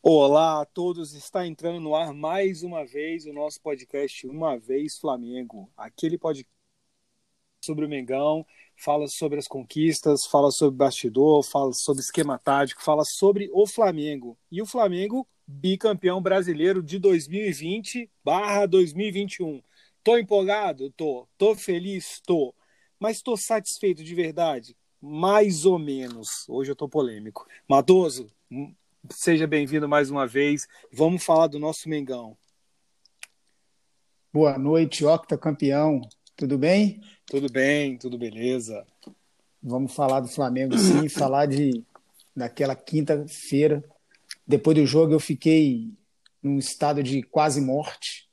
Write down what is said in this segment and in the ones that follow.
Olá a todos, está entrando no ar mais uma vez o nosso podcast Uma Vez Flamengo. Aquele podcast sobre o Mengão, fala sobre as conquistas, fala sobre bastidor, fala sobre esquema tático, fala sobre o Flamengo. E o Flamengo, bicampeão brasileiro de 2020/2021. Tô empolgado? Tô feliz? Tô. Mas tô satisfeito de verdade? Mais ou menos. Hoje eu tô polêmico. Matoso, seja bem-vindo mais uma vez. Vamos falar do nosso Mengão. Boa noite, octacampeão. Tudo bem? Tudo bem, tudo beleza. Vamos falar do Flamengo, sim, falar daquela quinta-feira. Depois do jogo eu fiquei num estado de quase morte.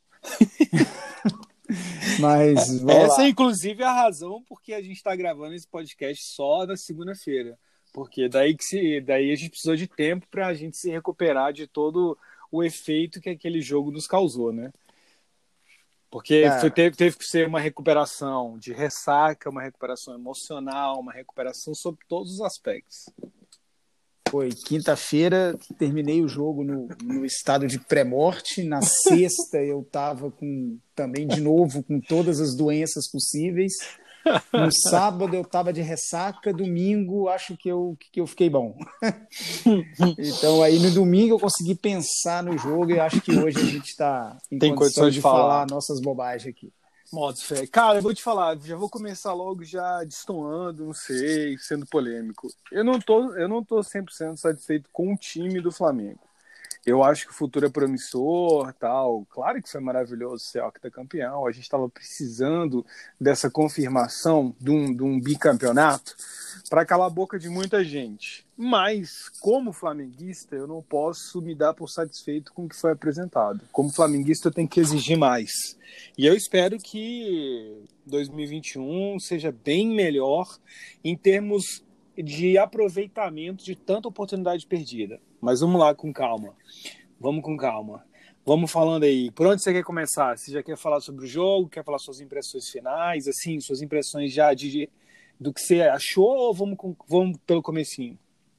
Mas vamos Essa, lá. inclusive, é a razão porque a gente está gravando esse podcast só na segunda-feira. Porque daí a gente precisou de tempo para a gente se recuperar de todo o efeito que aquele jogo nos causou, né? Porque Cara, teve que ser uma recuperação de ressaca, uma recuperação emocional, uma recuperação sobre todos os aspectos. foi quinta-feira, terminei o jogo no estado de pré-morte. Na sexta eu estava também de novo com todas as doenças possíveis. No sábado eu estava de ressaca, domingo acho que eu fiquei bom. Então aí no domingo eu consegui pensar no jogo e acho que hoje a gente está em Tem condição condições de de falar. falar nossas bobagens aqui. Modo fé. Cara, eu vou te falar, já vou começar logo já destoando, não sei, sendo polêmico. Eu não tô 100% satisfeito com o time do Flamengo. Eu acho que o futuro é promissor, tal. Claro que foi maravilhoso ser octacampeão. A gente estava precisando dessa confirmação de um bicampeonato para calar a boca de muita gente. Mas, como flamenguista, eu não posso me dar por satisfeito com o que foi apresentado. Como flamenguista, eu tenho que exigir mais. E eu espero que 2021 seja bem melhor em termos de aproveitamento de tanta oportunidade perdida. Mas vamos lá com calma. Vamos com calma. Vamos falando aí. Por onde você quer começar? Você já quer falar sobre o jogo? Quer falar suas impressões finais? Assim, suas impressões já do que você achou? Ou vamos pelo comecinho?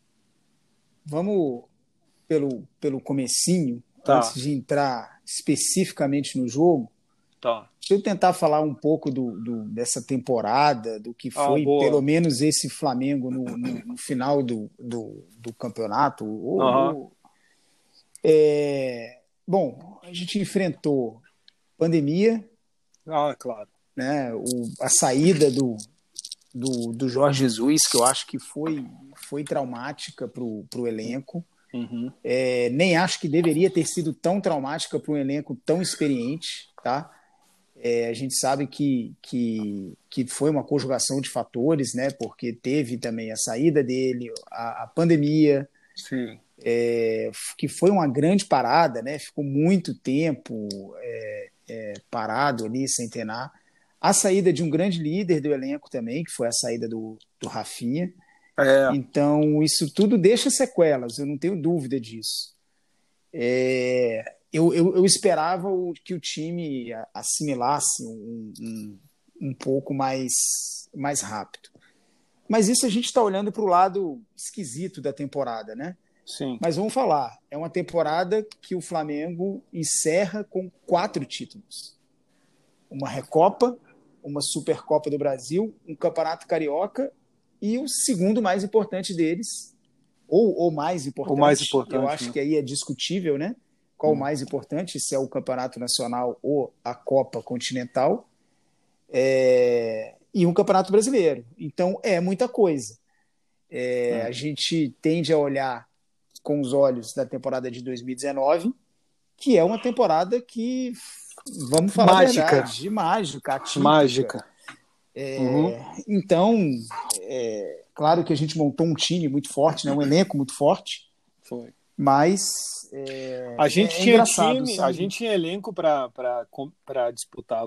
Vamos pelo comecinho, Tá, antes de entrar especificamente no jogo. tá. Deixa eu tentar falar um pouco dessa temporada, do que Ah, foi pelo boa. menos esse Flamengo no final do campeonato. Aham. Bom, a gente enfrentou pandemia, Ah, claro. né, a saída do Jorge Jesus, que eu acho que foi traumática para o elenco. Uhum. Nem acho que deveria ter sido tão traumática para um elenco tão experiente, tá? A gente sabe que foi uma conjugação de fatores, né? Porque teve também a saída dele, a pandemia, Sim. que foi uma grande parada, né? Ficou muito tempo parado ali, sem treinar. A saída de um grande líder do elenco também, que foi a saída do Rafinha. É, Então, isso tudo deixa sequelas, eu não tenho dúvida disso. Eu esperava que o time assimilasse um pouco mais rápido. Mas isso a gente está olhando para o lado esquisito da temporada, né? sim. Mas vamos falar, é uma temporada que o Flamengo encerra com 4 títulos. Uma Recopa, uma Supercopa do Brasil, um Campeonato Carioca e o segundo mais importante deles, ou mais O mais importante, eu importante, acho né? que aí é discutível, né? Qual o mais importante, se é o Campeonato Nacional ou a Copa Continental, e um Campeonato Brasileiro. Então é muita coisa. A gente tende a olhar com os olhos da temporada de 2019, que é uma temporada que, vamos falar a Mágica. verdade, mágica, atípica. Mágica. Uhum. Então, claro que a gente montou um time muito forte, né? Um elenco muito forte, Foi. mas A gente é tinha engraçado, time, a sabe? gente tinha elenco para disputar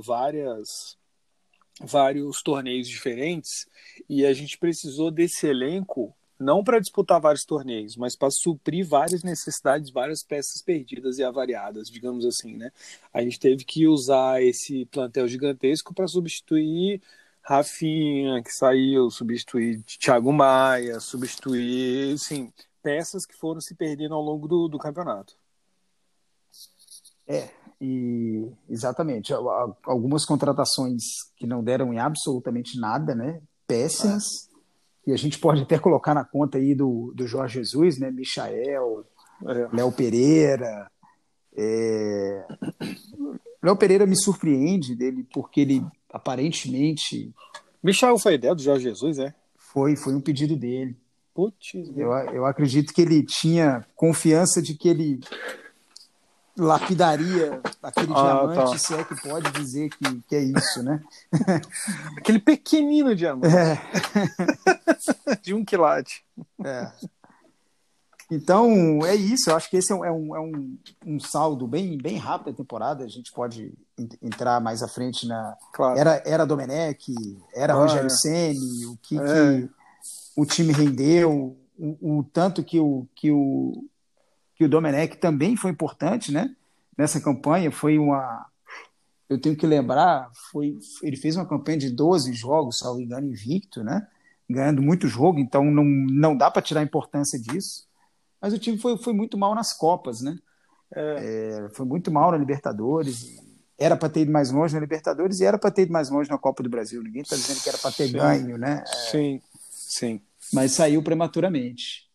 vários torneios diferentes e a gente precisou desse elenco não para disputar vários torneios, mas para suprir várias necessidades, várias peças perdidas e avariadas, digamos assim, né? A gente teve que usar esse plantel gigantesco para substituir Rafinha, que saiu, substituir Thiago Maia, substituir, assim, peças que foram se perdendo ao longo do campeonato. E exatamente. Algumas contratações que não deram em absolutamente nada, né? Péssimas. E a gente pode até colocar na conta aí do Jorge Jesus, né? Michael, Léo Pereira. Léo Pereira me surpreende dele, porque ele aparentemente. Michael foi ideia do Jorge Jesus, é? Foi um pedido dele. Putz, eu acredito que ele tinha confiança de que ele lapidaria aquele diamante, tá. Se é que pode dizer que é isso, né? Aquele pequenino diamante. De 1 quilate. Então, é isso. Eu acho que esse é um saldo bem rápido da temporada. A gente pode entrar mais à frente na... Claro. Era Domenech, era Rogério Ceni, o que o time rendeu, o tanto que o Domenech também foi importante, né? Nessa campanha. Eu tenho que lembrar, ele fez uma campanha de 12 jogos, salvo engano, invicto, né? Ganhando muito jogo, então não dá para tirar a importância disso. Mas o time foi muito mal nas Copas, né? Foi muito mal na Libertadores. Era para ter ido mais longe na Libertadores e era para ter ido mais longe na Copa do Brasil. Ninguém está dizendo que era para ter ganho, né? Sim. Mas saiu prematuramente.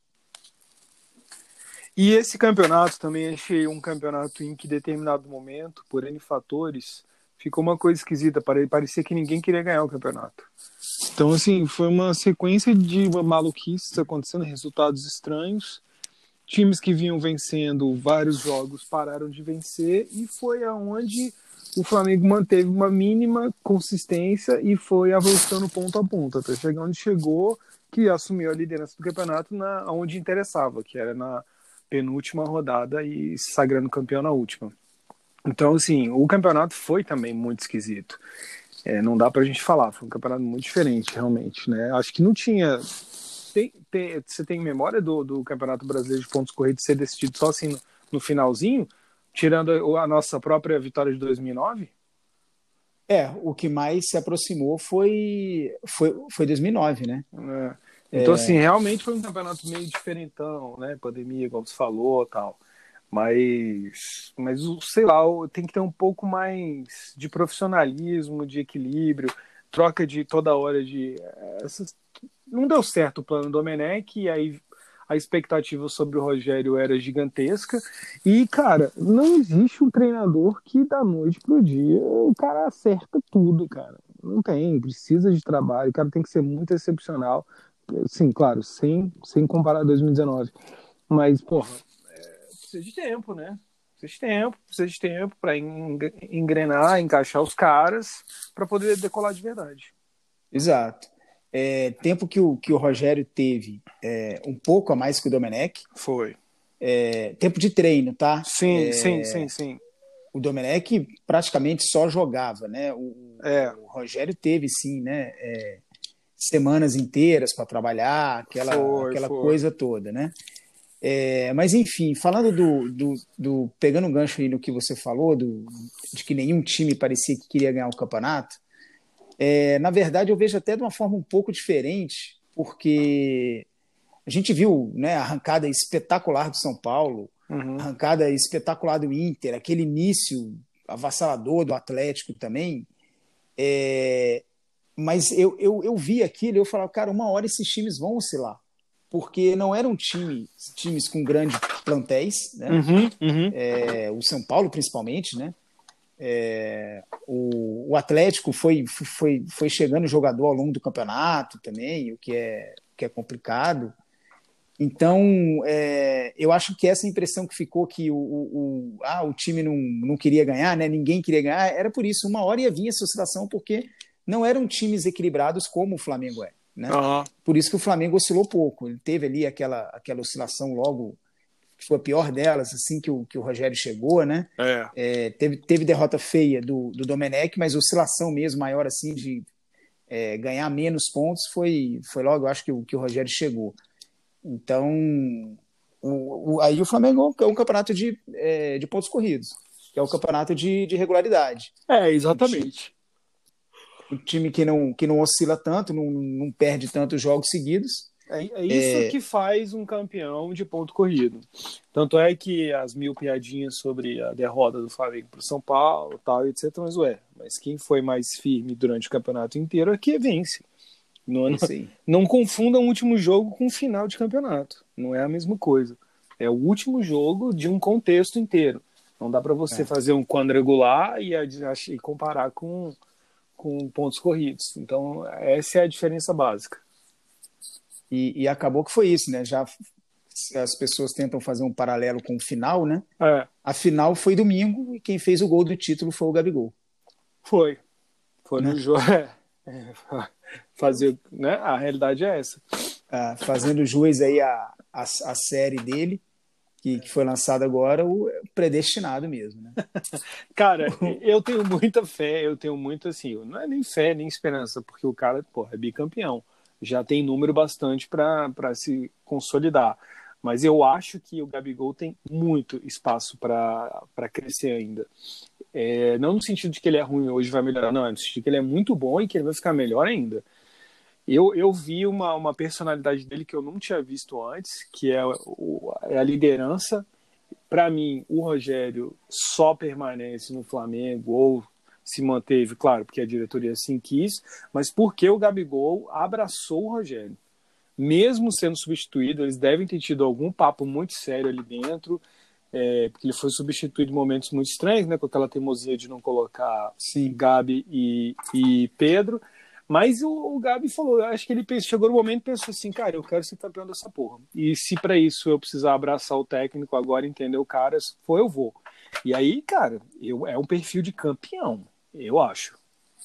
E esse campeonato também achei um campeonato em que, em determinado momento, por N fatores, ficou uma coisa esquisita. Parecia que ninguém queria ganhar o campeonato. Então, assim, foi uma sequência de maluquices acontecendo, resultados estranhos. Times que vinham vencendo vários jogos pararam de vencer e foi aonde o Flamengo manteve uma mínima consistência e foi avançando ponto a ponto, até chegar onde chegou, que assumiu a liderança do campeonato onde interessava, que era na penúltima rodada e se sagrando campeão na última. Então, assim, o campeonato foi também muito esquisito. Não dá pra gente falar, foi um campeonato muito diferente, realmente, né? Acho que não tinha... Você tem memória do Campeonato Brasileiro de Pontos Corridos ser decidido só assim no finalzinho, tirando a nossa própria vitória de 2009? O que mais se aproximou foi 2009, né? Então, assim, realmente foi um campeonato meio diferentão, né? Pandemia, como você falou, tal. Mas sei lá, tem que ter um pouco mais de profissionalismo, de equilíbrio, troca de toda hora de... Não deu certo o plano Domenech, e aí a expectativa sobre o Rogério era gigantesca. E, cara, não existe um treinador que da noite pro dia o cara acerta tudo, cara. Não tem, precisa de trabalho, o cara tem que ser muito excepcional. Sim, claro, sem comparar 2019. Mas, porra, precisa de tempo, né? Precisa de tempo para engrenar, encaixar os caras para poder decolar de verdade. Exato. Tempo que o Rogério teve um pouco a mais que o Domenech. Foi. Tempo de treino, tá? Sim. O Domenech praticamente só jogava, né? O Rogério teve, sim, né? Semanas inteiras para trabalhar, aquela coisa toda, né? Mas, enfim, falando pegando um gancho aí no que você falou, de que nenhum time parecia que queria ganhar o campeonato, na verdade, eu vejo até de uma forma um pouco diferente, porque a gente viu, né, a arrancada espetacular do São Paulo, a arrancada espetacular do Inter, aquele início avassalador do Atlético também, mas eu vi aquilo e eu falava, cara, uma hora esses times vão oscilar, porque não eram times com grandes plantéis, né? O São Paulo principalmente, né? O Atlético foi chegando jogador ao longo do campeonato também, o que é complicado. Então, eu acho que essa impressão que ficou que o time não queria ganhar, né? Ninguém queria ganhar, era por isso. Uma hora ia vir essa oscilação, porque não eram times equilibrados como o Flamengo é, né? Por isso que o Flamengo oscilou pouco. Ele teve ali aquela oscilação logo, que foi a pior delas, assim que o Rogério chegou, né? Teve derrota feia do Domenech, mas oscilação mesmo maior, assim, de ganhar menos pontos, foi logo, eu acho, que o Rogério chegou. Então, aí o Flamengo é um campeonato de pontos corridos, que é o campeonato de regularidade. Exatamente. Um time que não oscila tanto, não perde tantos jogos seguidos, É isso que faz um campeão de ponto corrido. Tanto é que as 1000 piadinhas sobre a derrota do Flamengo para o São Paulo, tal, etc. Mas quem foi mais firme durante o campeonato inteiro é que vence. Não confundam o último jogo com o final de campeonato. Não é a mesma coisa. É o último jogo de um contexto inteiro. Não dá para você fazer um quadrangular e comparar com pontos corridos. Então, essa é a diferença básica. E acabou que foi isso, né? Já as pessoas tentam fazer um paralelo com o final, né? A final foi domingo e quem fez o gol do título foi o Gabigol. Foi né? No jogo. Fazer, né? A realidade é essa. Fazendo jus aí a série dele, que foi lançada agora, o predestinado mesmo, né? Cara, eu tenho muita fé, assim, não é nem fé, nem esperança, porque o cara, é bicampeão. Já tem número bastante para se consolidar. Mas eu acho que o Gabigol tem muito espaço para crescer ainda. Não no sentido de que ele é ruim hoje vai melhorar, não. É no sentido de que ele é muito bom e que ele vai ficar melhor ainda. Eu vi uma personalidade dele que eu não tinha visto antes, que é a liderança. Para mim, o Rogério só permanece no Flamengo ou se manteve, claro, porque a diretoria assim quis, mas porque o Gabigol abraçou o Rogério. Mesmo sendo substituído, eles devem ter tido algum papo muito sério ali dentro, porque ele foi substituído em momentos muito estranhos, né, com aquela teimosia de não colocar Gabi e Pedro. Mas o Gabi falou, acho que ele chegou no momento e pensou assim, cara, eu quero ser campeão dessa porra. E se para isso eu precisar abraçar o técnico agora, entender o cara, se for, eu vou. E aí, cara, é um perfil de campeão, eu acho.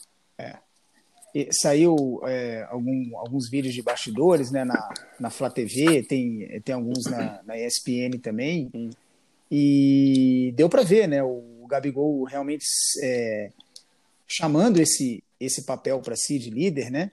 Saiu alguns vídeos de bastidores, né, na Flá TV, tem alguns na ESPN também, e deu para ver, né, o Gabigol realmente chamando esse papel para si de líder, né,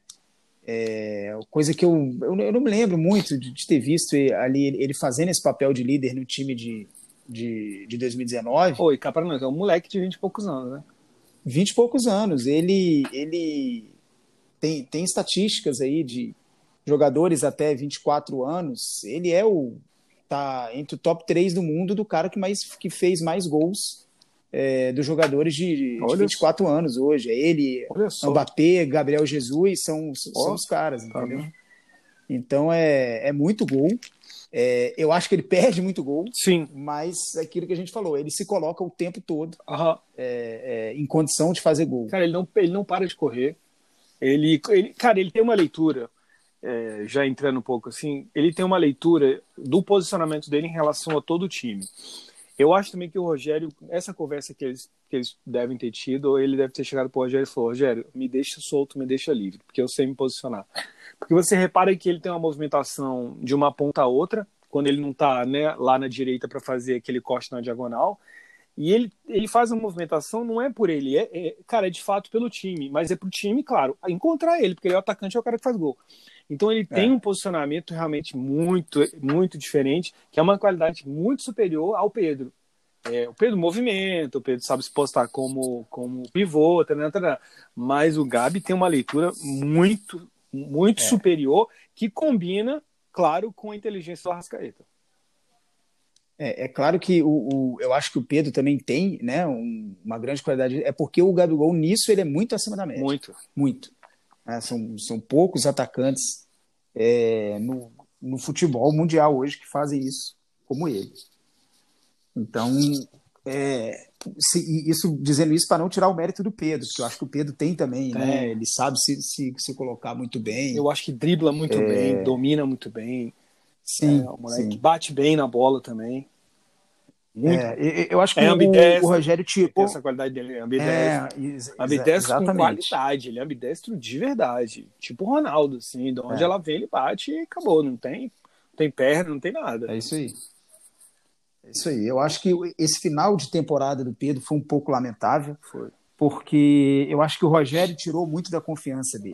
coisa que eu não me lembro muito de ter visto ali ele fazendo esse papel de líder no time de 2019. Oi, cá para nós, é um moleque de 20 e poucos anos, né? 20 e poucos anos, ele tem estatísticas aí de jogadores até 24 anos, ele tá entre o top 3 do mundo do cara que fez mais gols dos jogadores de 24 anos hoje. Ele, Mbappé, Gabriel Jesus, são os caras, entendeu? Então é muito gol. Eu acho que ele perde muito gol, sim, mas aquilo que a gente falou, ele se coloca o tempo todo em condição de fazer gol. Cara, ele não para de correr. Cara, ele tem uma leitura, já entrando um pouco assim, ele tem uma leitura do posicionamento dele em relação a todo o time. Eu acho também que o Rogério, essa conversa que eles devem ter tido, ele deve ter chegado pro Rogério e falou, Rogério, me deixa solto, me deixa livre, porque eu sei me posicionar. Porque você repara que ele tem uma movimentação de uma ponta a outra, quando ele não tá, né, lá na direita para fazer aquele corte na diagonal, e ele faz uma movimentação, não é por ele, cara, é de fato pelo time, mas é pro time, claro, encontrar ele, porque ele é o atacante, é o cara que faz gol. Então ele tem um posicionamento realmente muito, muito diferente, que é uma qualidade muito superior ao Pedro. O Pedro movimenta, o Pedro sabe se postar como pivô, mas o Gabi tem uma leitura muito, muito superior, que combina, claro, com a inteligência do Arrascaeta. É claro que eu acho que o Pedro também tem, né, uma grande qualidade, porque o Gabigol nisso ele é muito acima da média. Muito. São poucos atacantes no futebol mundial hoje que fazem isso como ele. Então, dizendo isso para não tirar o mérito do Pedro, porque eu acho que o Pedro tem também, né? Ele sabe se colocar muito bem. Eu acho que dribla muito bem, domina muito bem. Sim, o moleque bate bem na bola também. Eu acho que o Rogério tirou essa qualidade dele, ambidestro com qualidade, ele é ambidestro de verdade, tipo o Ronaldo, assim, de onde ela vem ele bate e acabou, não tem perna, não tem nada. É isso aí. Eu acho que esse final de temporada do Pedro foi um pouco lamentável, porque eu acho que o Rogério tirou muito da confiança dele.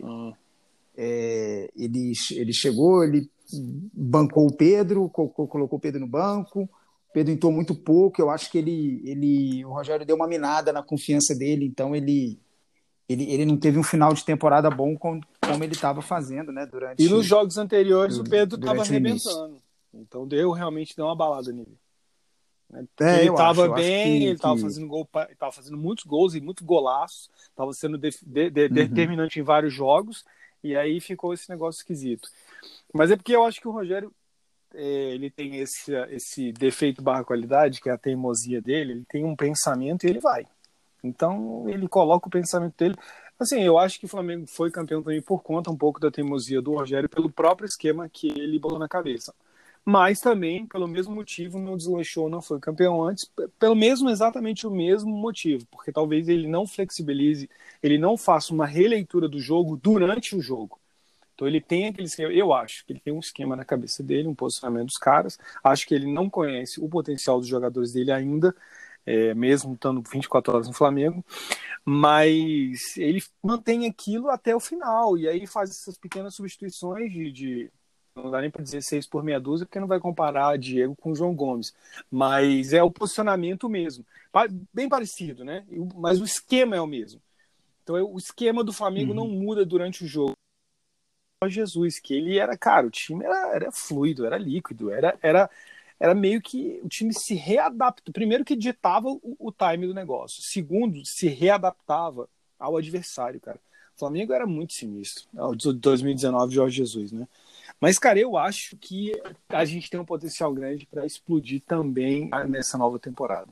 Ele chegou, ele bancou o Pedro, colocou o Pedro no banco, o Pedro entrou muito pouco, eu acho que o Rogério deu uma minada na confiança dele, então ele ele não teve um final de temporada bom como ele estava fazendo, né? E nos jogos anteriores o Pedro estava início. arrebentando. Então realmente deu uma balada nele. Né? Porque ele Eu estava acho bem, ele estava que... fazendo gol, estava fazendo muitos gols e muitos golaços, estava sendo Uhum. determinante em vários jogos, e aí ficou esse negócio esquisito. Mas é porque eu acho que o Rogério ele tem esse defeito barra qualidade, que é a teimosia dele, ele tem um pensamento e ele vai. Então ele coloca o pensamento dele. Assim, eu acho que o Flamengo foi campeão também por conta um pouco da teimosia do Rogério, pelo próprio esquema que ele botou na cabeça. Mas também, pelo mesmo motivo, não deslanchou, não foi campeão antes, pelo mesmo, exatamente o mesmo motivo, porque talvez ele não flexibilize, ele não faça uma releitura do jogo durante o jogo. Então ele tem aquele esquema, eu acho que ele tem um esquema na cabeça dele, um posicionamento dos caras, acho que ele não conhece o potencial dos jogadores dele ainda, mesmo estando 24 horas no Flamengo, mas ele mantém aquilo até o final, e aí faz essas pequenas substituições não dá nem para dizer 6 por meia dúzia, porque não vai comparar Diego com o João Gomes, mas é o posicionamento mesmo, bem parecido, né? Mas o esquema é o mesmo. Então o esquema do Flamengo não Uhum. muda durante o jogo. Jesus, que ele era, cara, o time era fluido, era líquido, era meio que o time se readapta. Primeiro que ditava o time do negócio. Segundo, se readaptava ao adversário, cara. O Flamengo era muito sinistro. O 2019, Jorge Jesus, né? Mas, cara, eu acho que a gente tem um potencial grande para explodir também nessa nova temporada.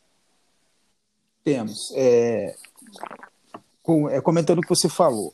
Temos. Comentando o que você falou,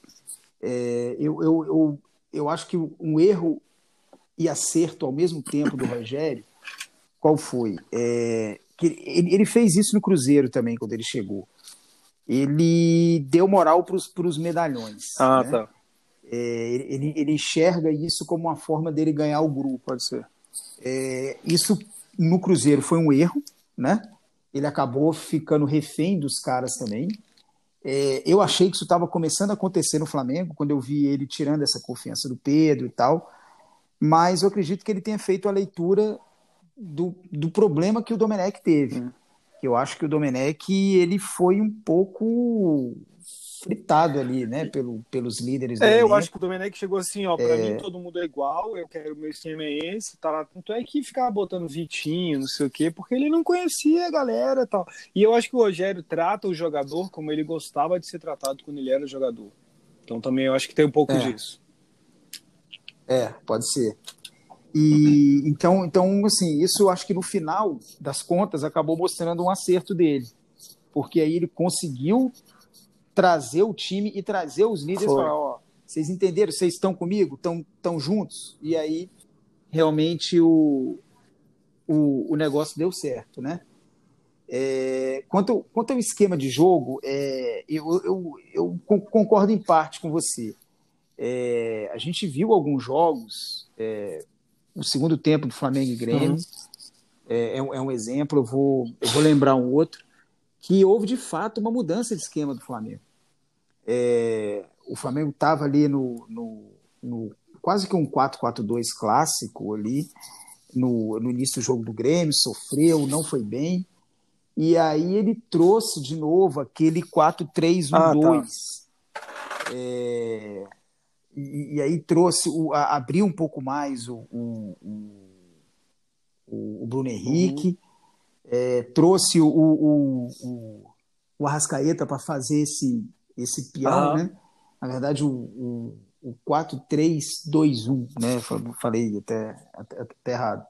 eu acho que um erro e acerto ao mesmo tempo do Rogério, qual foi? Que ele fez isso no Cruzeiro também, quando ele chegou. Ele deu moral para os medalhões, Ah, né? tá. Ele enxerga isso como uma forma dele ganhar o grupo. Pode ser. Isso no Cruzeiro foi um erro, né? Ele acabou ficando refém dos caras também. Eu achei que isso estava começando a acontecer no Flamengo, quando eu vi ele tirando essa confiança do Pedro e tal, mas eu acredito que ele tenha feito a leitura do problema que o Domenech teve. Que eu acho que o Domenech ele foi um pouco fritado ali, né, pelos líderes do Eu acho que elenco. o Domenech chegou assim, ó, pra mim todo mundo é igual, eu quero, o meu esquema é esse, tá lá. Tanto é que ficava botando Vitinho, não sei o quê, porque ele não conhecia a galera e tal. E eu acho que o Rogério trata o jogador como ele gostava de ser tratado quando ele era jogador. Então também eu acho que tem um pouco É, disso. pode ser. E então, assim, isso eu acho que no final das contas acabou mostrando um acerto dele, porque aí ele conseguiu trazer o time e trazer os líderes para Foi. falar, ó, vocês entenderam? Vocês estão comigo? Estão juntos? E aí realmente o negócio deu certo, né? Quanto ao esquema de jogo, eu concordo em parte com você. A gente viu alguns jogos, o segundo tempo do Flamengo e Grêmio, Uhum. é um exemplo, eu vou lembrar um outro, que houve de fato uma mudança de esquema do Flamengo. O Flamengo estava ali no quase que um 4-4-2 clássico ali, no início do jogo do Grêmio, sofreu, não foi bem. E aí ele trouxe de novo aquele Ah, tá. 4-3-1-2. E aí trouxe, abriu um pouco mais o Bruno Uhum. Henrique, trouxe o Arrascaeta para fazer esse peão, Aham. né? Na verdade, o 4-3-2-1, né? Falei até errado.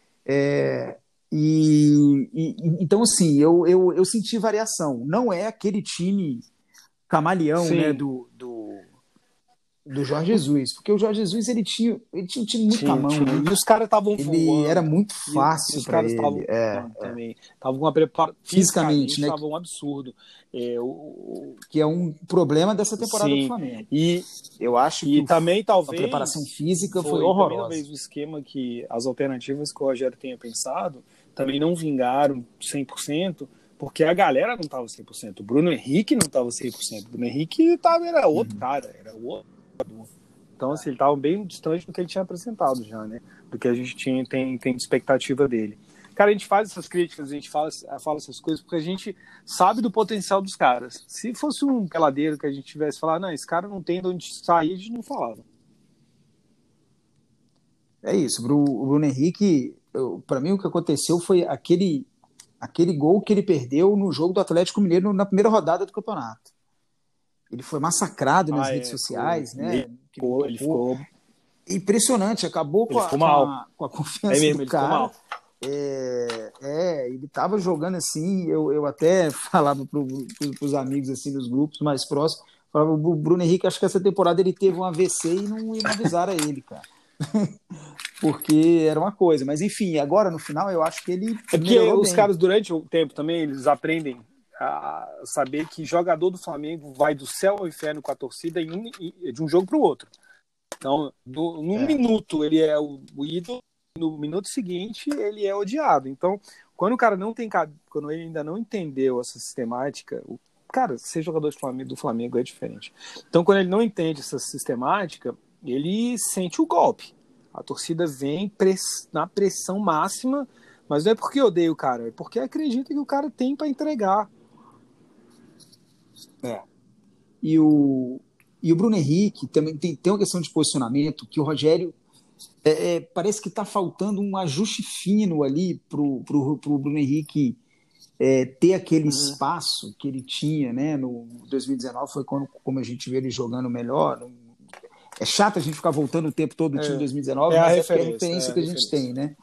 Então, assim, eu senti variação. Não é aquele time camaleão, né, Sim. do Jorge Jesus, porque o Jorge Jesus ele tinha um time muito à Tinha, mão, tinha. né? E os caras estavam Ele era voando. muito E fácil os para caras ele, estavam voando também. Estavam com uma preparação. fisicamente, Fisicamente, né? estava um absurdo. Que é um problema dessa temporada do Sim. Flamengo. E, Eu acho que e também, a preparação talvez, física foi foi. Também, horrorosa. talvez, o esquema que as alternativas que o Rogério tenha pensado também não vingaram 100%, porque a galera não estava 100%. O Bruno Henrique não estava 100%. O Bruno Henrique era outro Uhum. cara, era outro. Então, assim, ele estava bem distante do que ele tinha apresentado já, né? Do que a gente tem de expectativa dele. Cara, a gente faz essas críticas, a gente fala essas coisas porque a gente sabe do potencial dos caras. Se fosse um peladeiro que a gente tivesse falado, não, esse cara não tem de onde sair, a gente não falava. É isso, o Bruno Henrique, para mim o que aconteceu foi aquele gol que ele perdeu no jogo do Atlético Mineiro na primeira rodada do campeonato. Ele foi massacrado nas redes sociais, né? Ele ficou impressionante, acabou com a confiança do cara. Ele estava jogando assim, eu até falava para os amigos assim nos grupos mais próximos, falava, o Bruno Henrique, acho que essa temporada ele teve um AVC e não avisaram a ele, cara. Porque era uma coisa, mas enfim, agora no final eu acho que ele é porque os caras durante o tempo também eles aprendem a saber que jogador do Flamengo vai do céu ao inferno com a torcida de um jogo para o outro. Então, num minuto ele é o ídolo, no minuto seguinte ele é odiado. Então, quando o cara quando ele ainda não entendeu essa sistemática, cara, ser jogador do Flamengo é diferente. Então, quando ele não entende essa sistemática, ele sente o golpe. A torcida vem na pressão máxima, mas não é porque odeia o cara, é porque acredita que o cara tem para entregar. E o Bruno Henrique também tem uma questão de posicionamento que o Rogério parece que está faltando um ajuste fino ali pro Bruno Henrique ter aquele espaço que ele tinha, né? No 2019 foi como a gente vê ele jogando melhor. É chato a gente ficar voltando o tempo todo no time de 2019, mas é a referência que a gente tem, né?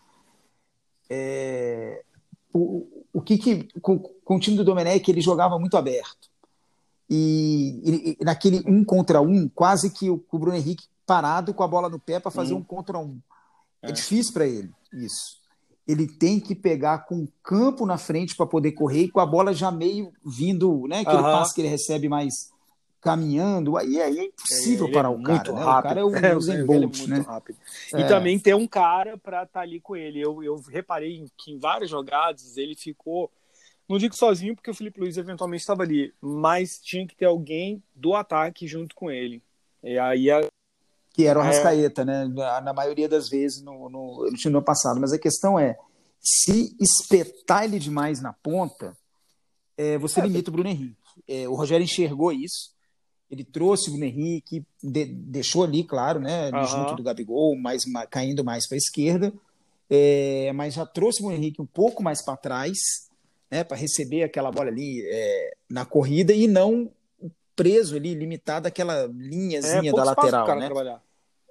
Com o time do Domenech ele jogava muito aberto. E naquele 1 contra 1, quase que o Bruno Henrique parado com a bola no pé para fazer 1 contra 1. É difícil para ele isso. Ele tem que pegar com o campo na frente para poder correr e com a bola já meio vindo, né? Aquele passe que ele recebe mais caminhando, aí é impossível parar o cara, né? O cara é o Usain Bolt, né? Rápido. E também ter um cara para estar ali com ele. Eu reparei que em várias jogadas ele ficou, não digo sozinho porque o Felipe Luiz eventualmente estava ali, mas tinha que ter alguém do ataque junto com ele. E aí que era o Arrascaeta, né? Na maioria das vezes no time do passado. Mas a questão é, se espetar ele demais na ponta, você limita o Bruno Henrique. O Rogério enxergou isso. Ele trouxe o Bruno Henrique, deixou ali, claro, né, junto do Gabigol, caindo mais para a esquerda, mas já trouxe o Bruno Henrique um pouco mais para trás, né, para receber aquela bola ali na corrida e não preso ali, limitado àquela linhazinha da lateral, cara, né? Trabalhar.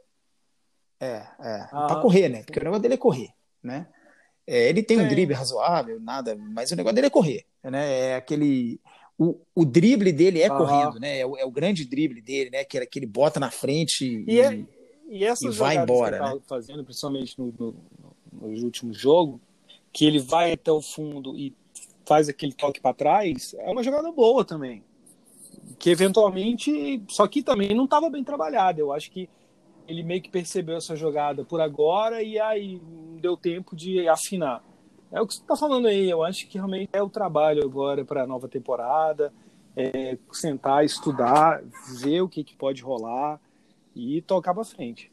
Para correr, né? Porque o negócio dele é correr, né? Ele tem um drible razoável, nada, mas o negócio dele é correr, né? É aquele o drible dele correndo, né? É o grande drible dele, né? Que ele bota na frente e essas vai embora, que ele né? fazendo, principalmente no último jogo, que ele vai até o fundo e faz aquele toque para trás, é uma jogada boa também. Que eventualmente, só que também não estava bem trabalhada. Eu acho que ele meio que percebeu essa jogada por agora e aí não deu tempo de afinar. É o que você está falando aí, eu acho que realmente é o trabalho agora para a nova temporada, sentar, estudar, ver o que pode rolar e tocar para frente.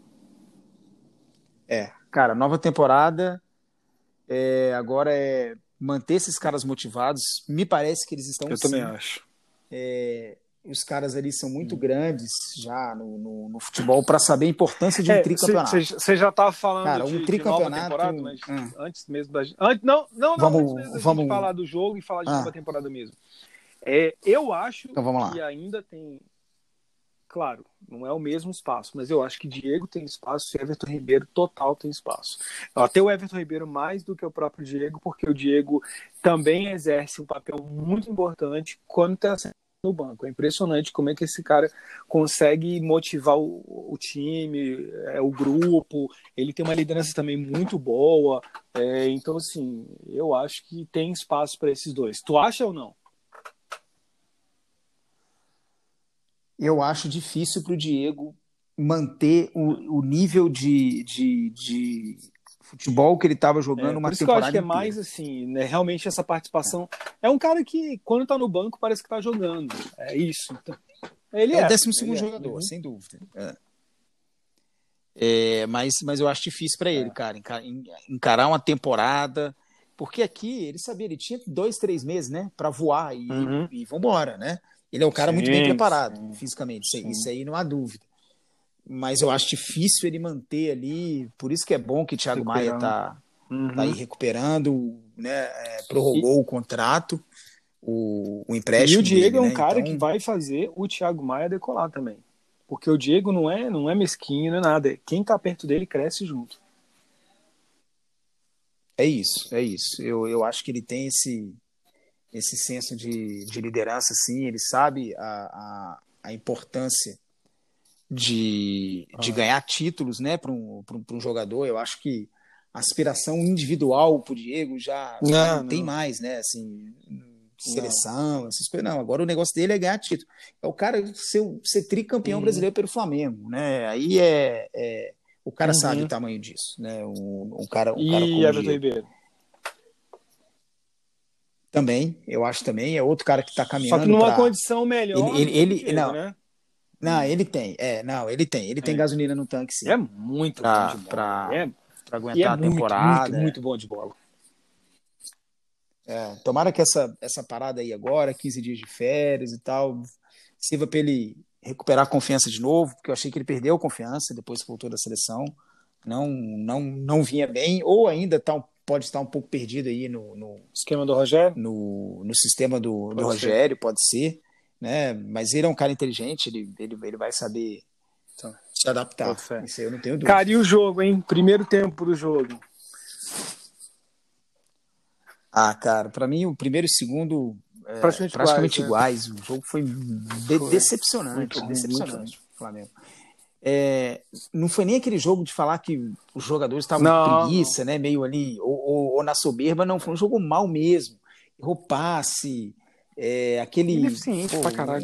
Cara, nova temporada, agora é manter esses caras motivados, me parece que eles estão Eu também acho. Os caras ali são muito grandes já no futebol para saber a importância de um tricampeonato. Você já estava falando cara, de nova temporada, mas antes mesmo da gente... Antes mesmo da gente falar do jogo e falar de nova temporada mesmo. Eu acho que ainda tem... Claro, não é o mesmo espaço, mas eu acho que Diego tem espaço e Everton Ribeiro total tem espaço. Até o Everton Ribeiro mais do que o próprio Diego, porque o Diego também exerce um papel muito importante quando está no banco. É impressionante como é que esse cara consegue motivar o time, o grupo. Ele tem uma liderança também muito boa. Então, assim, eu acho que tem espaço para esses dois. Tu acha ou não? Eu acho difícil para o Diego manter o nível de futebol que ele estava jogando uma temporada inteira. Por isso que eu acho que é mais assim, né? Realmente essa participação. É um cara que, quando está no banco, parece que está jogando. É isso. Então, ele é o 12º jogador, sem dúvida. Mas eu acho difícil para ele, cara, encarar uma temporada, porque aqui ele sabia, ele tinha 2, 3 meses, né, para voar Uhum. e vambora, né? Ele é um cara muito bem Sim, preparado sim, fisicamente, sim. isso aí não há dúvida. Mas eu acho difícil ele manter ali, por isso que é bom que o Thiago Maia Recuperando. tá aí Uhum. recuperando, né? E, Prorrogou o contrato, o e o empréstimo Diego dele, é um né? cara que Então vai fazer o Thiago Maia decolar também. Porque o Diego não é mesquinho, não é nada. Quem tá perto dele cresce junto. é isso, é isso. Eu acho que ele tem esse senso de liderança, assim, ele sabe a importância de Ah. ganhar títulos, né, para um jogador. Eu acho que a aspiração individual para o Diego já não Não, tem não, mais, né, assim, não. seleção, essas coisas. Não, agora o negócio dele é ganhar título. É o cara ser tricampeão Uhum. brasileiro pelo Flamengo, né? Aí o cara sabe o Uhum. tamanho disso, né? Um cara E como o Everton Diego. Ribeiro? Também, eu acho também, é outro cara que está Só que caminhando numa para condição melhor do que a do Diego, não, né? não, ele tem, não, ele tem É. gasolina no tanque, É sim, muito bom de para bola. para E é aguentar a muito, muito, temporada. muito bom de bola. Tomara que essa parada aí agora, 15 dias de férias e tal, sirva para ele recuperar a confiança de novo, porque eu achei que ele perdeu a confiança depois que voltou da seleção, não vinha bem, ou ainda pode estar um pouco perdido aí Esquema do Rogério? no sistema do Pode ser. Rogério, pode ser, né? Mas ele é um cara inteligente, ele vai saber Então, se boto adaptar, fé. isso aí eu não tenho Cara, dúvida. e o jogo, hein? Primeiro tempo do jogo. Ah, cara, para mim o primeiro e o segundo Praticamente iguais, praticamente né? iguais. O jogo foi Foi. Muito decepcionante, ruim, muito ruim. decepcionante, Flamengo. Não foi nem aquele jogo de falar que os jogadores estavam com Não, não. preguiça, né? Meio ali, ou na soberba, não. Foi um jogo mal mesmo. Errou passe, aquele. Ineficiente Pô, pra caralho.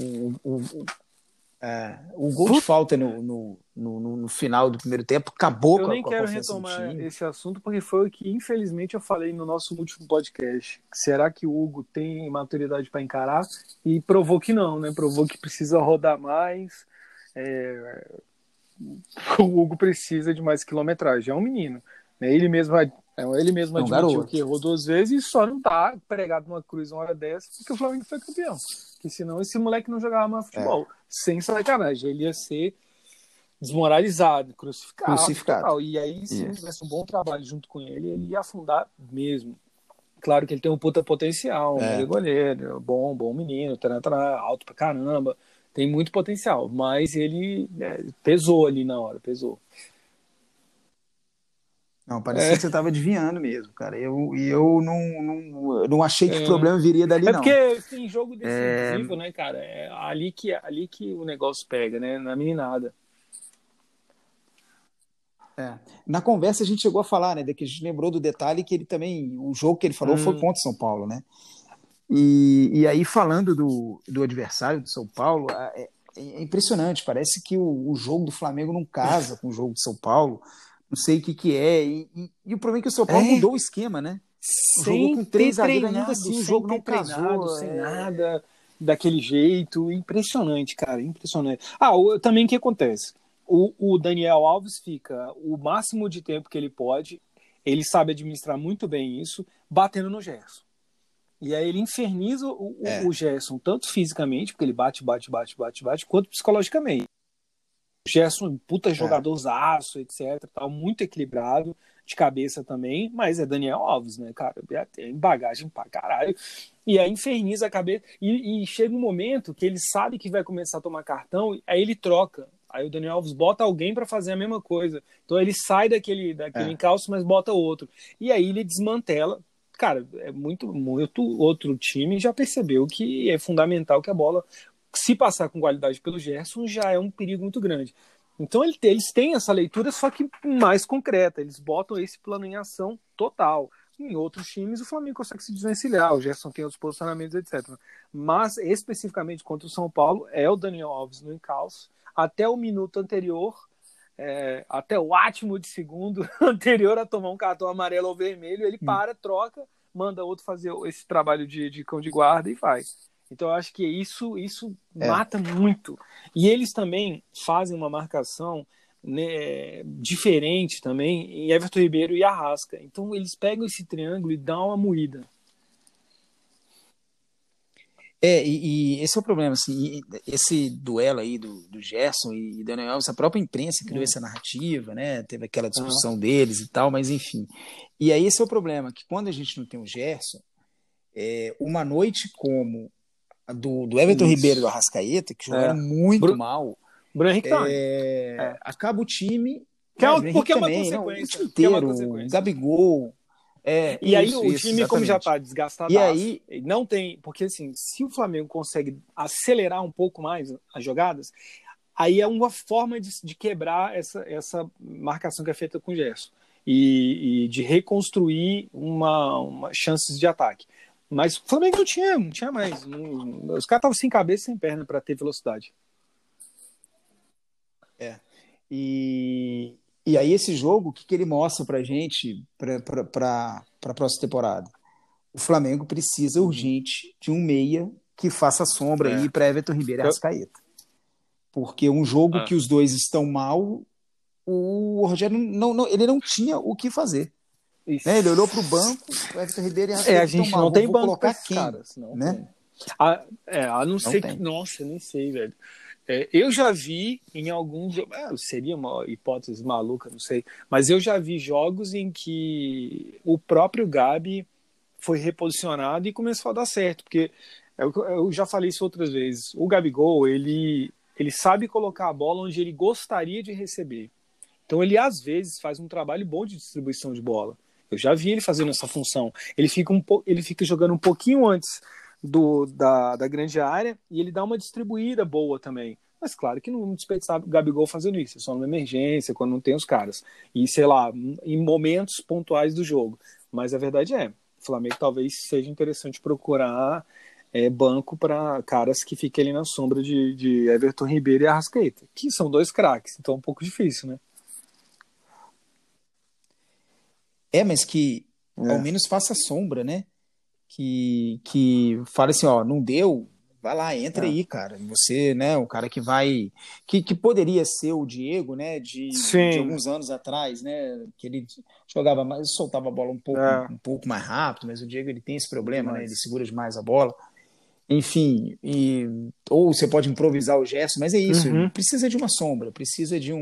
o gol de Puta, falta no final do primeiro tempo acabou eu nem com a quero confiança do retomar time. esse assunto porque foi o que, infelizmente, eu falei no nosso último podcast. Será que o Hugo tem maturidade para encarar? E provou que não, né? Provou que precisa rodar mais. É, o Hugo precisa de mais quilometragem. É um menino. Né? Ele mesmo É um admitiu que garoto. errou 2 vezes e só não tá pregado numa cruz uma hora dessa porque o Flamengo foi campeão. Porque senão esse moleque não jogava mais É, futebol. Sem sacanagem. Ele ia ser desmoralizado, crucificado, crucificado. total. E aí, se não Isso. tivesse um bom trabalho junto com ele ia afundar mesmo. Claro que ele tem um puta potencial, um mega É. goleiro, bom menino, alto pra caramba, tem muito potencial, mas ele pesou ali na hora, pesou. Não, parecia É, que você estava adivinhando mesmo, cara. Eu não achei que o é, problema viria dali, é não. porque tem jogo decisivo, né, cara? É ali que o negócio pega, né? Na meninada. Na conversa a gente chegou a falar, né, de que a gente lembrou do detalhe que ele também, o jogo que ele falou foi Hum, contra o São Paulo, né? E aí, falando do adversário do São Paulo, é impressionante, parece que o jogo do Flamengo não casa com o jogo do São Paulo, não sei o que é, e o problema é que o São Paulo é, mudou o esquema, né? Jogou sem com ter 3 zagueiros, ainda treinado, assim o sem jogo ter não treinado, casou. sem nada daquele jeito. Impressionante, cara, impressionante. Também o que acontece? O Daniel Alves fica o máximo de tempo que ele pode, ele sabe administrar muito bem isso, batendo no Gerson. E aí ele inferniza o Gerson, tanto fisicamente, porque ele bate, quanto psicologicamente. O Gerson, puta É, jogadorzaço, etc. Tal, muito equilibrado, de cabeça também, mas é Daniel Alves, né, cara? Tem bagagem pra caralho. E aí inferniza a cabeça. E chega um momento que ele sabe que vai começar a tomar cartão, aí ele troca. Aí o Daniel Alves bota alguém para fazer a mesma coisa. Então ele sai daquele é. encalço, mas bota outro. E aí ele desmantela. Cara, é muito outro time já percebeu que é fundamental que a bola, se passar com qualidade pelo Gerson, já é um perigo muito grande. Então eles têm essa leitura, só que mais concreta. Eles botam esse plano em ação total. Em outros times, o Flamengo consegue se desvencilhar. O Gerson tem outros posicionamentos, etc. Mas, especificamente contra o São Paulo, é o Daniel Alves no encalço. Até o minuto anterior, até o átimo de segundo anterior a tomar um cartão amarelo ou vermelho, ele para, troca, manda outro fazer esse trabalho de cão de guarda e faz. Então eu acho que isso É. mata muito. E eles também fazem uma marcação né, diferente também em Everton Ribeiro e Arrasca. Então eles pegam esse triângulo e dão uma moída. E esse é o problema, assim, esse duelo aí do Gerson e Daniel Alves, a própria imprensa criou essa narrativa, né? Teve aquela discussão deles e tal, mas enfim. E aí esse é o problema, que quando a gente não tem o Gerson, uma noite como a do Everton Ribeiro e do Arrascaeta, que jogaram muito mal, Bruno Henrique também. Acaba o time, porque é uma também, consequência. o time inteiro, Gabigol. E aí o time, exatamente, como já está desgastado, e aí não tem. Porque assim, se o Flamengo consegue acelerar um pouco mais as jogadas, aí é uma forma de quebrar essa marcação que é feita com o Gerson e de reconstruir uma chances de ataque. Mas o Flamengo não tinha mais. Os caras estavam sem cabeça e sem perna para ter velocidade. E aí esse jogo, o que ele mostra pra gente para a próxima temporada? O Flamengo precisa urgente de um meia que faça sombra aí para Everton Ribeiro e Arrascaeta. Porque um jogo que os dois estão mal, o Rogério ele não tinha o que fazer. Né? Ele olhou para o banco, o Everton Ribeiro e Arrascaeta a gente não tem banco colocar quem? Caras, não, né? A não ser que... Nossa, eu nem sei, velho. Eu já vi em alguns... seria uma hipótese maluca, não sei. Mas eu já vi jogos em que o próprio Gabi foi reposicionado e começou a dar certo. Porque eu já falei isso outras vezes. O Gabigol, ele sabe colocar a bola onde ele gostaria de receber. Então ele, às vezes, faz um trabalho bom de distribuição de bola. Eu já vi ele fazendo essa função. Ele fica jogando um pouquinho antes da grande área e ele dá uma distribuída boa também. Mas claro que não desperdiçar o Gabigol fazendo isso, é só numa emergência, quando não tem os caras. E, sei lá, em momentos pontuais do jogo. Mas a verdade o Flamengo talvez seja interessante procurar banco para caras que fiquem ali na sombra de Everton Ribeiro e Arrascaeta, que são dois craques, então é um pouco difícil, né? Mas que ao menos faça sombra, né? Que fale assim, não deu, vai lá, entra aí, cara. Você, né, o cara que vai... Que poderia ser o Diego, né, de alguns anos atrás, né, que ele jogava mais, soltava a bola um pouco mais rápido, mas o Diego, ele tem esse problema, né, ele segura demais a bola. Enfim, ou você pode improvisar o gesto, mas é isso, precisa de uma sombra, precisa de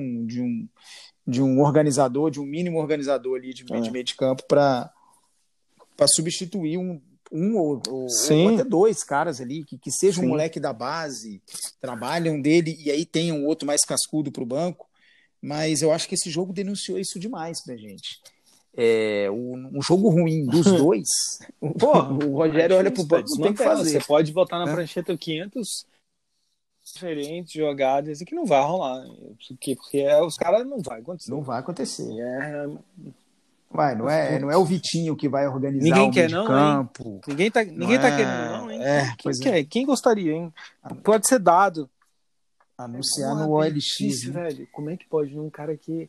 um organizador, de um mínimo organizador ali de meio de campo para substituir um ou até dois caras ali, que seja um moleque da base, trabalham dele e aí tem um outro mais cascudo para o banco. Mas eu acho que esse jogo denunciou isso demais pra gente. Um jogo ruim dos dois, o Rogério olha pro banco, tem que fazer. Você pode botar na prancheta 500 diferentes jogadas e que não vai rolar. Porque os caras não vai acontecer. Não vai acontecer. Não é o Vitinho que vai organizar ninguém o quer, meio de campo. Hein? Ninguém tá querendo, não, hein? Quem quer? Quem gostaria, hein? Pode ser dado. Anunciar no OLX. Difícil, velho. Como é que pode um cara que...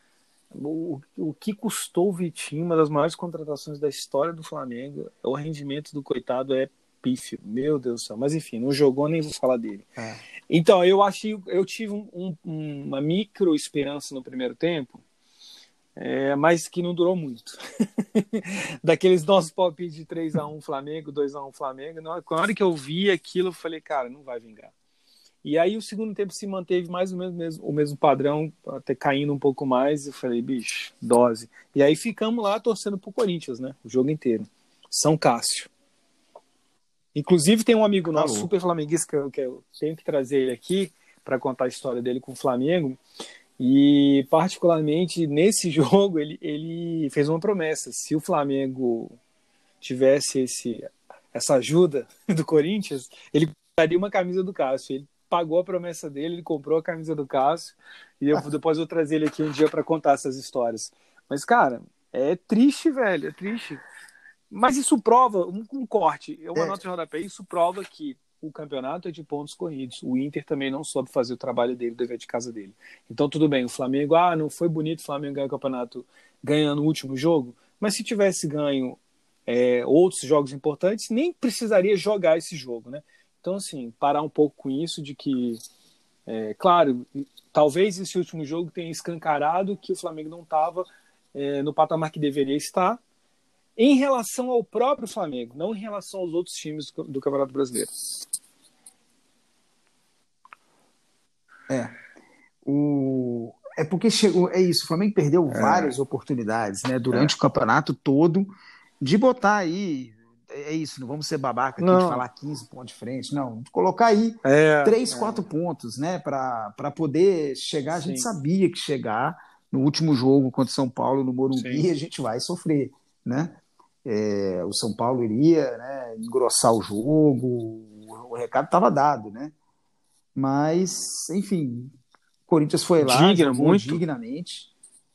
O que custou o Vitinho, uma das maiores contratações da história do Flamengo, o rendimento do coitado é pífio. Meu Deus do céu. Mas enfim, não jogou, nem vou falar dele. Então, eu tive uma micro esperança no primeiro tempo, mas que não durou muito. Daqueles nossos palpites de 3-1 Flamengo, 2-1 Flamengo, na hora que eu vi aquilo, eu falei, cara, não vai vingar. E aí o segundo tempo se manteve mais ou menos o mesmo padrão, até caindo um pouco mais, e eu falei, bicho, dose. E aí ficamos lá torcendo pro Corinthians, né? O jogo inteiro. São Cássio. Inclusive tem um amigo nosso, super flamenguista, que eu tenho que trazer ele aqui para contar a história dele com o Flamengo. E particularmente nesse jogo ele fez uma promessa: se o Flamengo tivesse essa ajuda do Corinthians, ele daria uma camisa do Cássio. Ele pagou a promessa dele, ele comprou a camisa do Cássio, e depois eu vou trazer ele aqui um dia para contar essas histórias. Mas cara, é triste, velho, é triste. Mas isso prova um corte, uma nota de rodapé, isso prova que o campeonato é de pontos corridos. O Inter também não soube fazer o trabalho dele, o dever de casa dele. Então tudo bem, o Flamengo, não foi bonito o Flamengo ganhar o campeonato ganhando o último jogo, mas se tivesse ganho outros jogos importantes, nem precisaria jogar esse jogo, né? Então assim, parar um pouco com isso de que Claro, talvez esse último jogo tenha escancarado que o Flamengo não estava no patamar que deveria estar, em relação ao próprio Flamengo, não em relação aos outros times do Campeonato Brasileiro. É porque chegou, é isso, o Flamengo perdeu várias oportunidades, né, durante o campeonato todo, de botar aí, é isso, não vamos ser babaca aqui de falar 15 pontos de frente, não, de colocar aí 3, 4 pontos, né, para poder chegar. A gente sabia que chegar no último jogo contra o São Paulo no Morumbi, a gente vai sofrer, né? O São Paulo iria, né, engrossar o jogo, o recado estava dado, né? Mas, enfim, o Corinthians foi lá, jogou dignamente.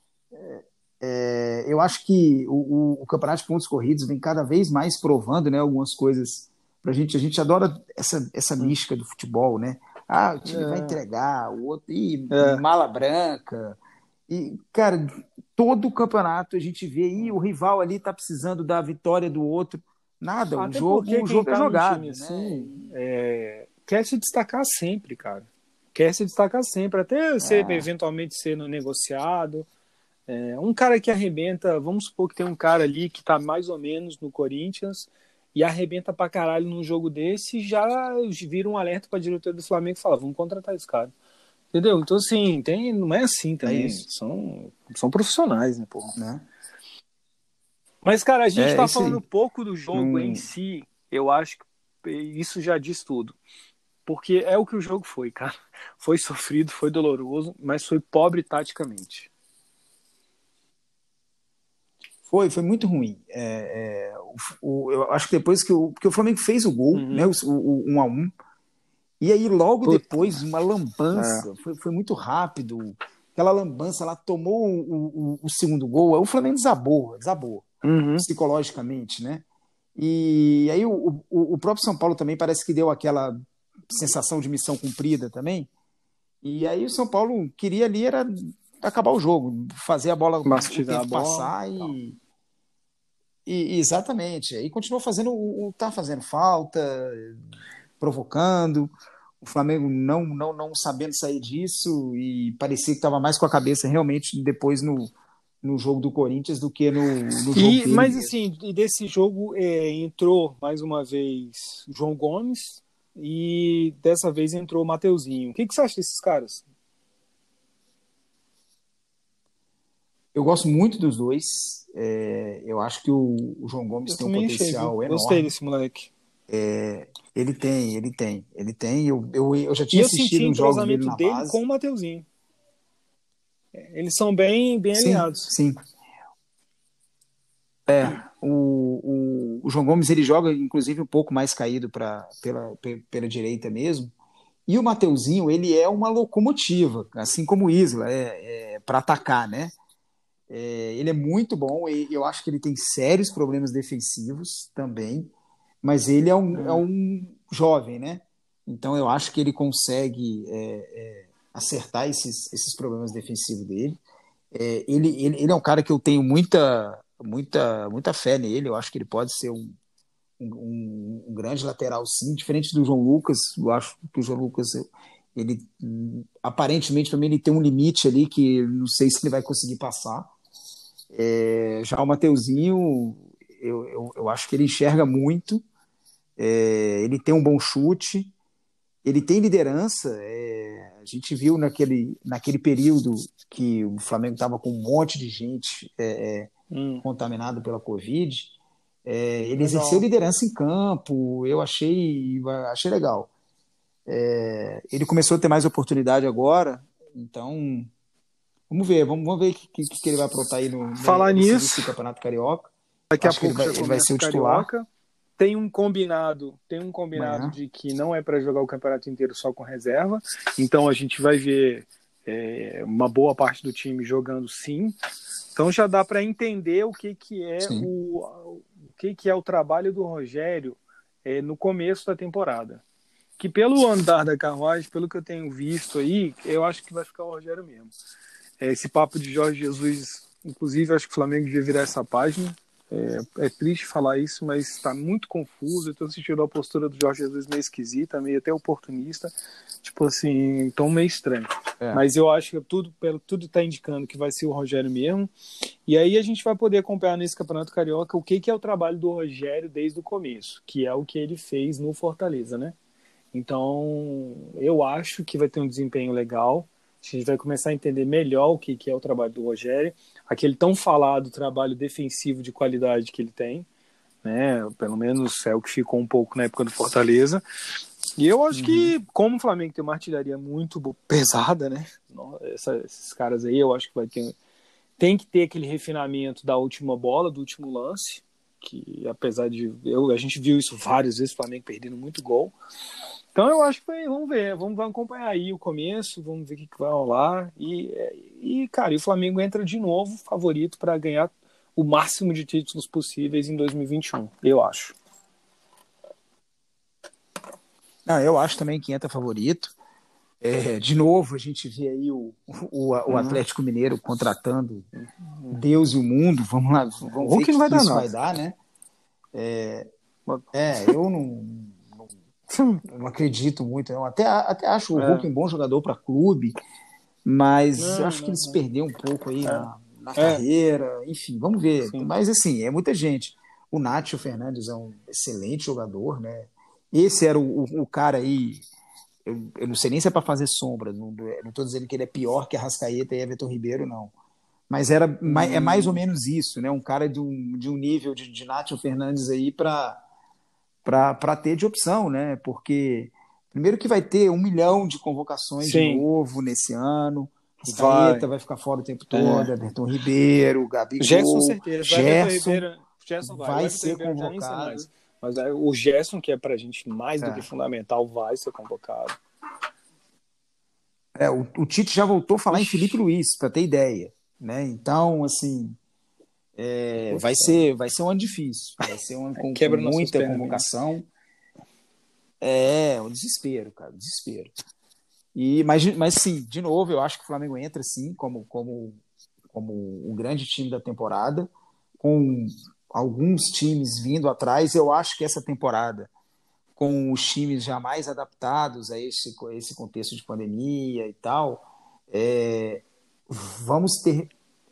Eu acho que o Campeonato de Pontos Corridos vem cada vez mais provando, né, algumas coisas pra gente. A gente adora essa mística do futebol, né? O time vai entregar, o outro, mala branca. E, cara, todo o campeonato a gente vê, o rival ali tá precisando da vitória do outro. Nada, o jogo é jogado, né? Assim, quer se destacar sempre, cara. Quer se destacar sempre, até eventualmente ser negociado. Um cara que arrebenta, vamos supor que tem um cara ali que tá mais ou menos no Corinthians e arrebenta pra caralho num jogo desse, já vira um alerta pra diretora do Flamengo e fala, vamos contratar esse cara. Entendeu? Então, assim, não é assim também. São profissionais, né, porra? Né? Mas, cara, a gente tá falando pouco do jogo em si. Eu acho que isso já diz tudo. Porque é o que o jogo foi, cara. Foi sofrido, foi doloroso, mas foi pobre taticamente. Foi muito ruim. Eu acho que depois porque o Flamengo fez o gol, né, o 1-1, e aí logo depois uma lambança, foi muito rápido, aquela lambança lá tomou o segundo gol, aí o Flamengo desabou psicologicamente, né? E aí o próprio São Paulo também parece que deu aquela sensação de missão cumprida também, e aí o São Paulo queria ali era acabar o jogo, fazer a bola, o tempo passar e exatamente, aí continuou fazendo tá fazendo falta, provocando, o Flamengo não sabendo sair disso, e parecia que estava mais com a cabeça realmente depois no jogo do Corinthians do que no jogo dele. Mas assim, desse jogo entrou mais uma vez João Gomes e dessa vez entrou o Mateuzinho. O que você acha desses caras? Eu gosto muito dos dois. Eu acho que o João Gomes tem um potencial enorme. Gostei desse moleque. Ele tem. Eu já tinha assistido os jogos dele na base. Com o Mateuzinho. Eles são bem alinhados. Sim. O João Gomes ele joga inclusive um pouco mais caído pela direita mesmo. E o Mateuzinho ele é uma locomotiva, assim como o Isla, para atacar, né? Ele é muito bom, eu acho que ele tem sérios problemas defensivos também, mas ele é um jovem, né? Então eu acho que ele consegue acertar esses problemas defensivos dele. Ele é um cara que eu tenho muita fé nele, eu acho que ele pode ser um grande lateral, sim, diferente do João Lucas. Eu acho que o João Lucas, ele aparentemente também ele tem um limite ali que não sei se ele vai conseguir passar. Já o Mateuzinho, eu acho que ele enxerga muito, ele tem um bom chute, ele tem liderança. A gente viu naquele período que o Flamengo estava com um monte de gente contaminado pela Covid, ele exerceu liderança em campo, eu achei legal. Ele começou a ter mais oportunidade agora, então vamos ver o que ele vai aprontar aí nesse Campeonato Carioca. Daqui a pouco ele vai ser o titular. Tem um combinado de que não é para jogar o campeonato inteiro só com reserva, então a gente vai ver uma boa parte do time jogando sim. Então já dá para entender o que é o trabalho do Rogério no começo da temporada. Que pelo andar da carruagem, pelo que eu tenho visto aí, eu acho que vai ficar o Rogério mesmo. Esse papo de Jorge Jesus, inclusive, acho que o Flamengo devia virar essa página. É triste falar isso, mas está muito confuso. Eu estou sentindo a postura do Jorge Jesus meio esquisita, meio até oportunista. Tipo assim, tão meio estranho. Mas eu acho que tudo está indicando que vai ser o Rogério mesmo. E aí a gente vai poder acompanhar nesse Campeonato Carioca o que é o trabalho do Rogério desde o começo, que é o que ele fez no Fortaleza, né? Então, eu acho que vai ter um desempenho legal. A gente vai começar a entender melhor o que é o trabalho do Rogério, aquele tão falado trabalho defensivo de qualidade que ele tem, né? Pelo menos é o que ficou um pouco na época do Fortaleza. E eu acho que, como o Flamengo tem uma artilharia muito pesada, né? Esses caras aí, eu acho que tem que ter aquele refinamento da última bola, do último lance, que apesar de a gente viu isso várias vezes, o Flamengo perdendo muito gol. Então eu acho que vamos ver, vamos acompanhar aí o começo, vamos ver o que vai rolar. Cara, o Flamengo entra de novo favorito para ganhar o máximo de títulos possíveis em 2021, eu acho. Não, eu acho também que entra favorito. De novo, a gente vê aí o Atlético Mineiro contratando Deus e o mundo. Vamos lá, vamos ver o que isso vai dar, né? Eu não acredito muito. Eu até acho o Hulk um bom jogador para clube, mas eu acho que ele se perdeu um pouco aí na carreira. Enfim, vamos ver. Sim. Mas assim, é muita gente. O Nacho Fernandes é um excelente jogador, né? Esse era o cara aí. Eu não sei nem se é para fazer sombra. Não estou dizendo que ele é pior que Arrascaeta e Everton Ribeiro, não. Mas é mais ou menos isso, né? Um cara de um nível de Nacho Fernandes aí para ter de opção, né? Porque primeiro que vai ter 1 milhão de convocações de novo nesse ano. Arrascaeta vai ficar fora o tempo todo, Everton Ribeiro, Gabigol, Gerson, certeza. Gerson vai ser convocado. Mas o Gerson, que é pra gente mais do que fundamental, vai ser convocado. O Tite já voltou a falar em Felipe Luiz, para ter ideia, né? Então, assim, vai ser um ano difícil. Vai ser um ano com muita convocação. Um desespero, cara, desespero. Mas sim, de novo, eu acho que o Flamengo entra, sim, como um grande time da temporada, com alguns times vindo atrás. Eu acho que essa temporada, com os times já mais adaptados a esse contexto de pandemia e tal, vamos ter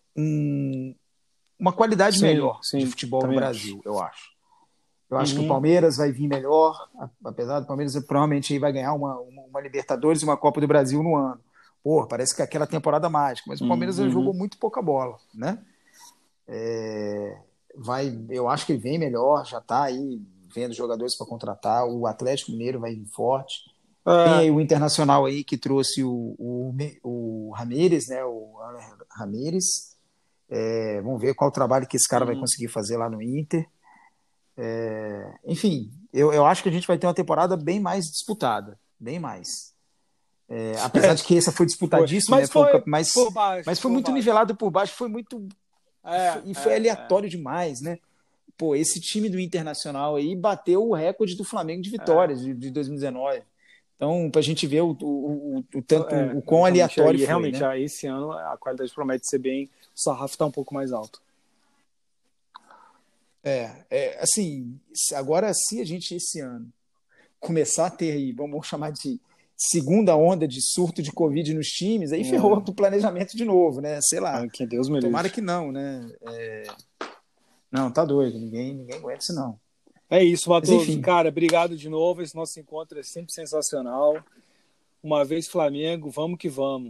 uma qualidade melhor de futebol no Brasil, eu acho. Eu acho que o Palmeiras vai vir melhor, apesar do Palmeiras provavelmente aí vai ganhar uma Libertadores e uma Copa do Brasil no ano. Pô, parece que é aquela temporada mágica, mas o Palmeiras já jogou muito pouca bola, né? Eu acho que ele vem melhor, já está aí vendo jogadores para contratar. O Atlético Mineiro vai vir forte. Tem aí o Internacional aí que trouxe o Ramírez, né? O Ramírez. Vamos ver qual trabalho que esse cara vai conseguir fazer lá no Inter. Enfim, eu acho que a gente vai ter uma temporada bem mais disputada, bem mais. Apesar de que essa foi disputadíssima, mas foi muito nivelado por baixo, foi muito foi aleatório demais, né? Pô, esse time do Internacional aí bateu o recorde do Flamengo de vitórias de 2019. Então, pra gente ver o quão aleatório foi, realmente, né? Esse ano a qualidade promete ser bem... O sarrafo tá um pouco mais alto. Assim, agora se a gente esse ano começar a ter aí, vamos chamar de segunda onda de surto de Covid nos times, aí ferrou do planejamento de novo, né? Sei lá. Que Deus me Tomara livre. que não, né? Não, tá doido. Ninguém aguenta isso, não. É isso, Matoso. Cara, obrigado de novo. Esse nosso encontro é sempre sensacional. Uma vez Flamengo, vamos que vamos.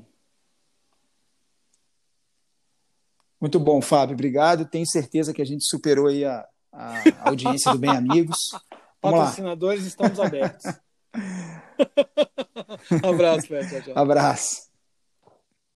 Muito bom, Fábio. Obrigado. Tenho certeza que a gente superou aí a audiência do Bem Amigos. Patrocinadores, estamos abertos. Abraço, Pé. Tchau, tchau. Abraço.